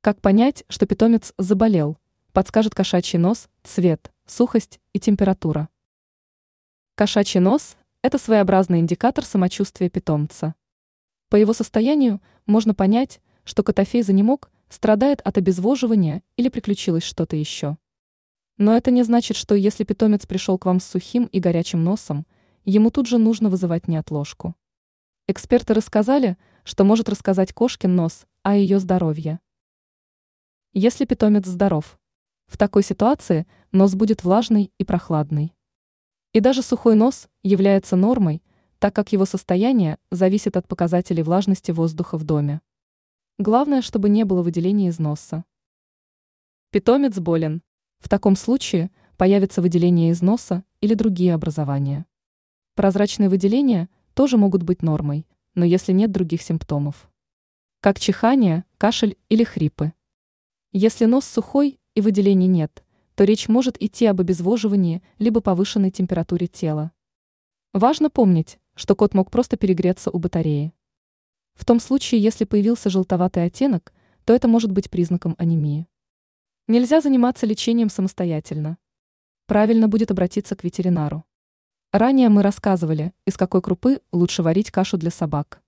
Как понять, что питомец заболел? Подскажет кошачий нос, цвет, сухость и температура. Кошачий нос – это своеобразный индикатор самочувствия питомца. По его состоянию можно понять, что котофей занемог, страдает от обезвоживания или приключилось что-то еще. Но это не значит, что если питомец пришел к вам с сухим и горячим носом, ему тут же нужно вызывать неотложку. Эксперты рассказали, что может рассказать кошкин нос о ее здоровье. Если питомец здоров, в такой ситуации нос будет влажный и прохладный. И даже сухой нос является нормой, так как его состояние зависит от показателей влажности воздуха в доме. Главное, чтобы не было выделений из носа. Питомец болен. В таком случае появится выделение из носа или другие образования. Прозрачные выделения тоже могут быть нормой, но если нет других симптомов, как чихание, кашель или хрипы. Если нос сухой и выделений нет, то речь может идти об обезвоживании либо повышенной температуре тела. Важно помнить, что кот мог просто перегреться у батареи. В том случае, если появился желтоватый оттенок, то это может быть признаком анемии. Нельзя заниматься лечением самостоятельно. Правильно будет обратиться к ветеринару. Ранее мы рассказывали, из какой крупы лучше варить кашу для собак.